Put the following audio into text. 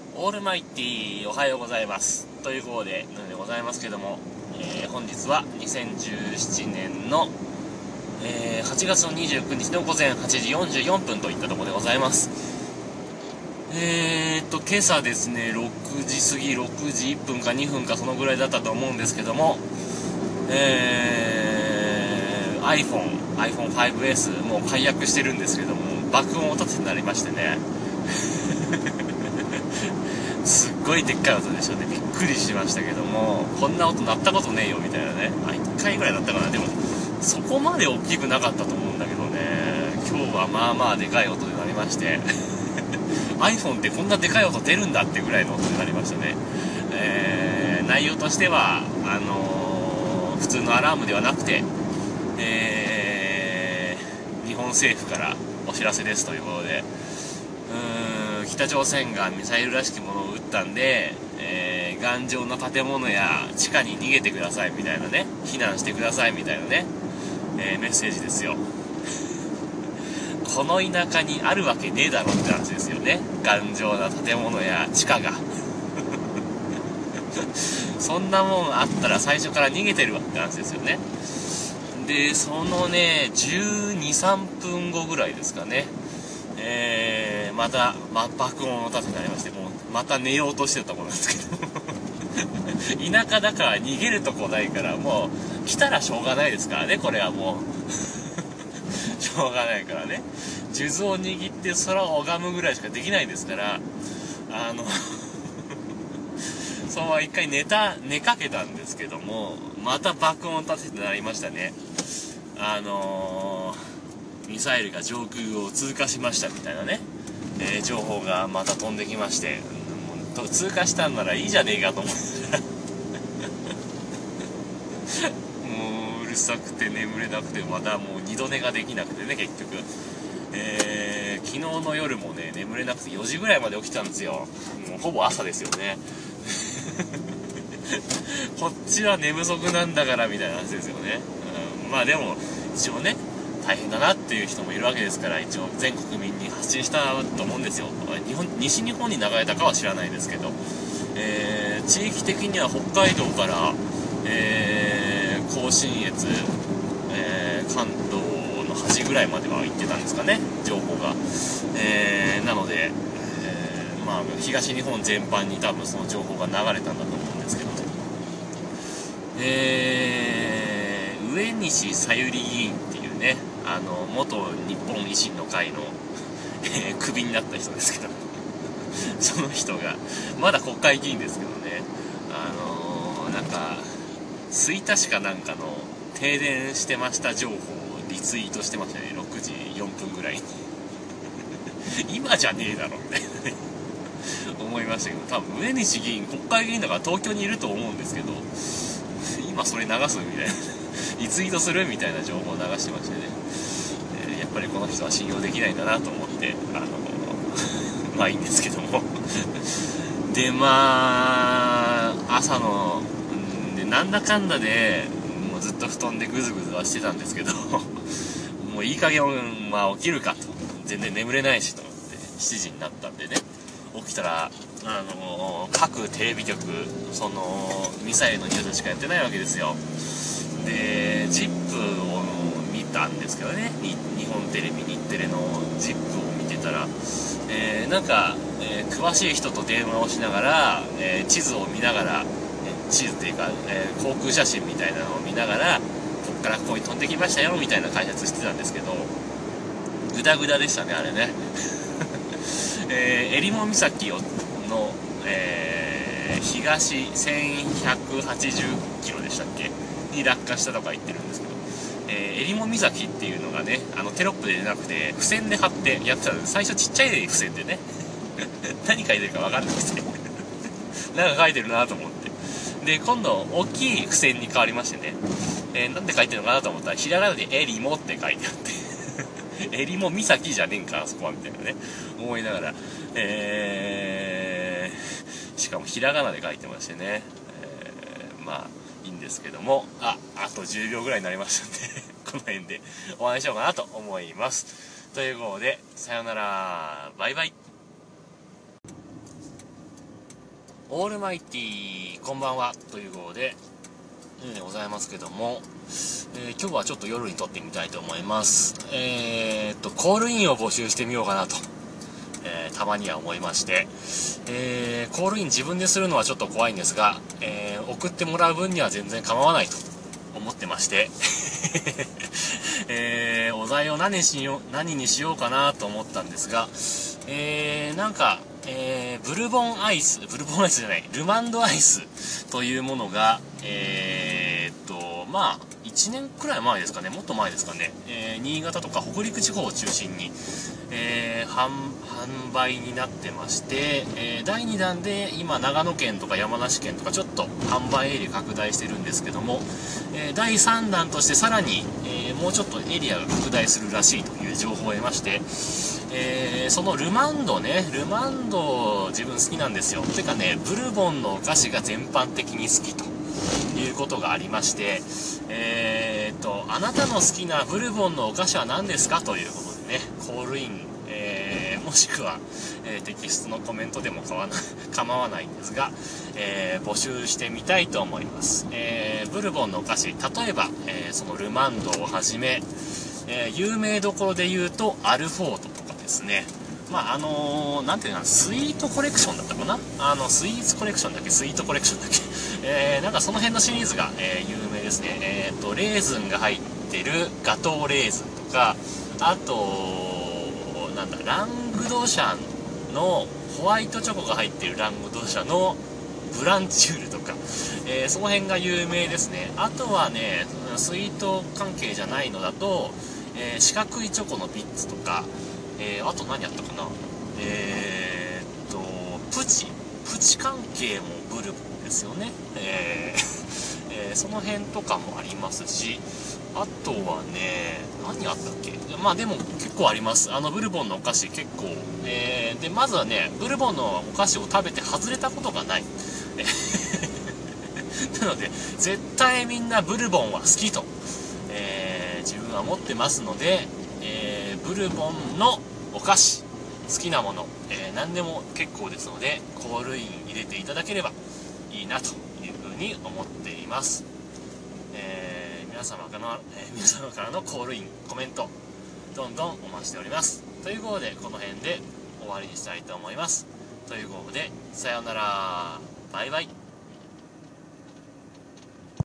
オールマイティーおはようございますということでございますけども、本日は2017年の、8月の29日の午前8時44分といったところでございます。今朝ですね、6時過ぎ、6時1分か2分かそのぐらいだったと思うんですけども、iPhone5S もう解約してるんですけども、爆音を立ててなりましてねすっごいでっかい音でしょうね。びっくりしましたけども、こんな音鳴ったことねえよみたいなね。1回ぐらい鳴ったかな。でもそこまで大きくなかったと思うんだけどね、今日はまあまあでかい音で鳴りましてiPhone ってこんなでかい音出るんだってぐらいの音になりましたね。内容としては普通のアラームではなくて、日本政府からお知らせですということで、北朝鮮がミサイルらしきものを撃ったんで、頑丈な建物や地下に逃げてくださいみたいなね、避難してくださいみたいなね、メッセージですよ。この田舎にあるわけねえだろって話ですよね。頑丈な建物や地下がそんなもんあったら最初から逃げてるわって話ですよね。でそのね12、3分後ぐらいですかね、また、爆音を立てになりまして、もうまた寝ようとしてたところなんですけど田舎だから逃げるとこないから、もう来たらしょうがないですからね、これはもうしょうがないからね、数珠を握って空を拝むぐらいしかできないんですから、そのまま一回寝かけたんですけども、また爆音を立ててなりましたね。ミサイルが上空を通過しましたみたいなね、情報がまた飛んできまして、通過したんならいいじゃねえかと思ってもううるさくて眠れなくて、またもう二度寝ができなくてね、結局、昨日の夜もね眠れなくて4時ぐらいまで起きたんですよ。もうほぼ朝ですよねこっちは寝不足なんだからみたいな話ですよね。まあでも一応ね大変だなっていう人もいるわけですから、一応全国民に発信したと思うんですよ。西日本に流れたかは知らないですけど、地域的には北海道から、甲信越、関東の端ぐらいまでは行ってたんですかね、情報が。なので、まあ東日本全般に多分その情報が流れたんだと思うんですけどね。上西さゆり議員っていうね、元日本維新の会のクビになった人ですけどその人がまだ国会議員ですけどね、なんか吹田市かなんかの停電してました情報をリツイートしてましたね、6時4分ぐらいに今じゃねえだろみたいなね思いましたけど、多分上西議員国会議員だから東京にいると思うんですけど、今それ流すみたいなリツイートするみたいな情報を流してましてね、やっぱりこの人は信用できないんだなと思ってまあいいんですけどもでまあ朝のでなんだかんだでもうずっと布団でグズグズはしてたんですけどもういい加減は起きるかと、全然眠れないしと思って7時になったんでね、起きたら各テレビ局そのミサイルのニュースしかやってないわけですよ。で ZIP を見たんですけどね、日本テレビ日テレの ZIP を見てたら、なんか、詳しい人と電話をしながら、地図を見ながら、地図っていうか、航空写真みたいなのを見ながら、こっからここに飛んできましたよみたいな解説してたんですけど、グダグダでしたねあれね襟裳岬の、東1180キロでしたっけに落下したとか言ってるんですけど、襟裳岬っていうのがね、テロップでなくて付箋で貼ってやってたんです。最初ちっちゃい付箋でね何書いてるか分かんなくてなんか書いてるなと思って、で今度大きい付箋に変わりましてね、なんで書いてるのかなと思ったら、ひらがなで襟裳って書いてあって襟裳岬じゃねえんかあそこはみたいなね思いながら、しかもひらがなで書いてましてね、まあいいんですけども、あと10秒ぐらいになりましたんでこの辺でお話ししようかなと思います。。ということでさよなら、バイバイ。 オールマイティーこんばんはということで、ございますけども、今日はちょっと夜に撮ってみたいと思います。コールインを募集してみようかなと、たまには思いまして、コールイン自分でするのはちょっと怖いんですが、送ってもらう分には全然構わないと思ってましてお題を何にしようかなと思ったんですが、なんか、ルマンドアイスというものが、まあ、1年くらい前ですかね、もっと前ですかね、新潟とか北陸地方を中心に、販売になってまして、第2弾で今長野県とか山梨県とかちょっと販売エリア拡大してるんですけども、第3弾としてさらに、もうちょっとエリアが拡大するらしいという情報を得まして、そのルマンド自分好きなんですよ。てかね、ブルボンのお菓子が全般的に好きということがありまして、あなたの好きなブルボンのお菓子は何ですかということでね、コールイン、もしくは、テキストのコメントでも構わないんですが、募集してみたいと思います。ブルボンのお菓子、例えば、そのルマンドをはじめ、有名どころで言うとアルフォートとかですね、まあなんていうの、スイートコレクションだったかな、スイーツコレクションだっけ、スイートコレクションだっけ、なんかその辺のシリーズが、有名ですね。レーズンが入ってるガトーレーズンとか、あとなんだ、ラングドシャンのホワイトチョコが入ってるラングドシャのブランチュールとか、その辺が有名ですね。あとはね、スイート関係じゃないのだと、四角いチョコのビッツとか、あと何やったかな、プチ関係もブルボンですよね。その辺とかもありますし、あとはね、何あったっけ、まあでも結構あります。ブルボンのお菓子結構、でまずはね、ブルボンのお菓子を食べて外れたことがないなので絶対みんなブルボンは好きと、自分は思ってますので、ブルボンのお菓子好きなもの、何でも結構ですのでコールイン入れていただければいいなというふうに思っています。皆様からのコールインコメントどんどんお待ちしております。ということでこの辺で終わりにしたいと思います。ということでさようなら、バイバイ。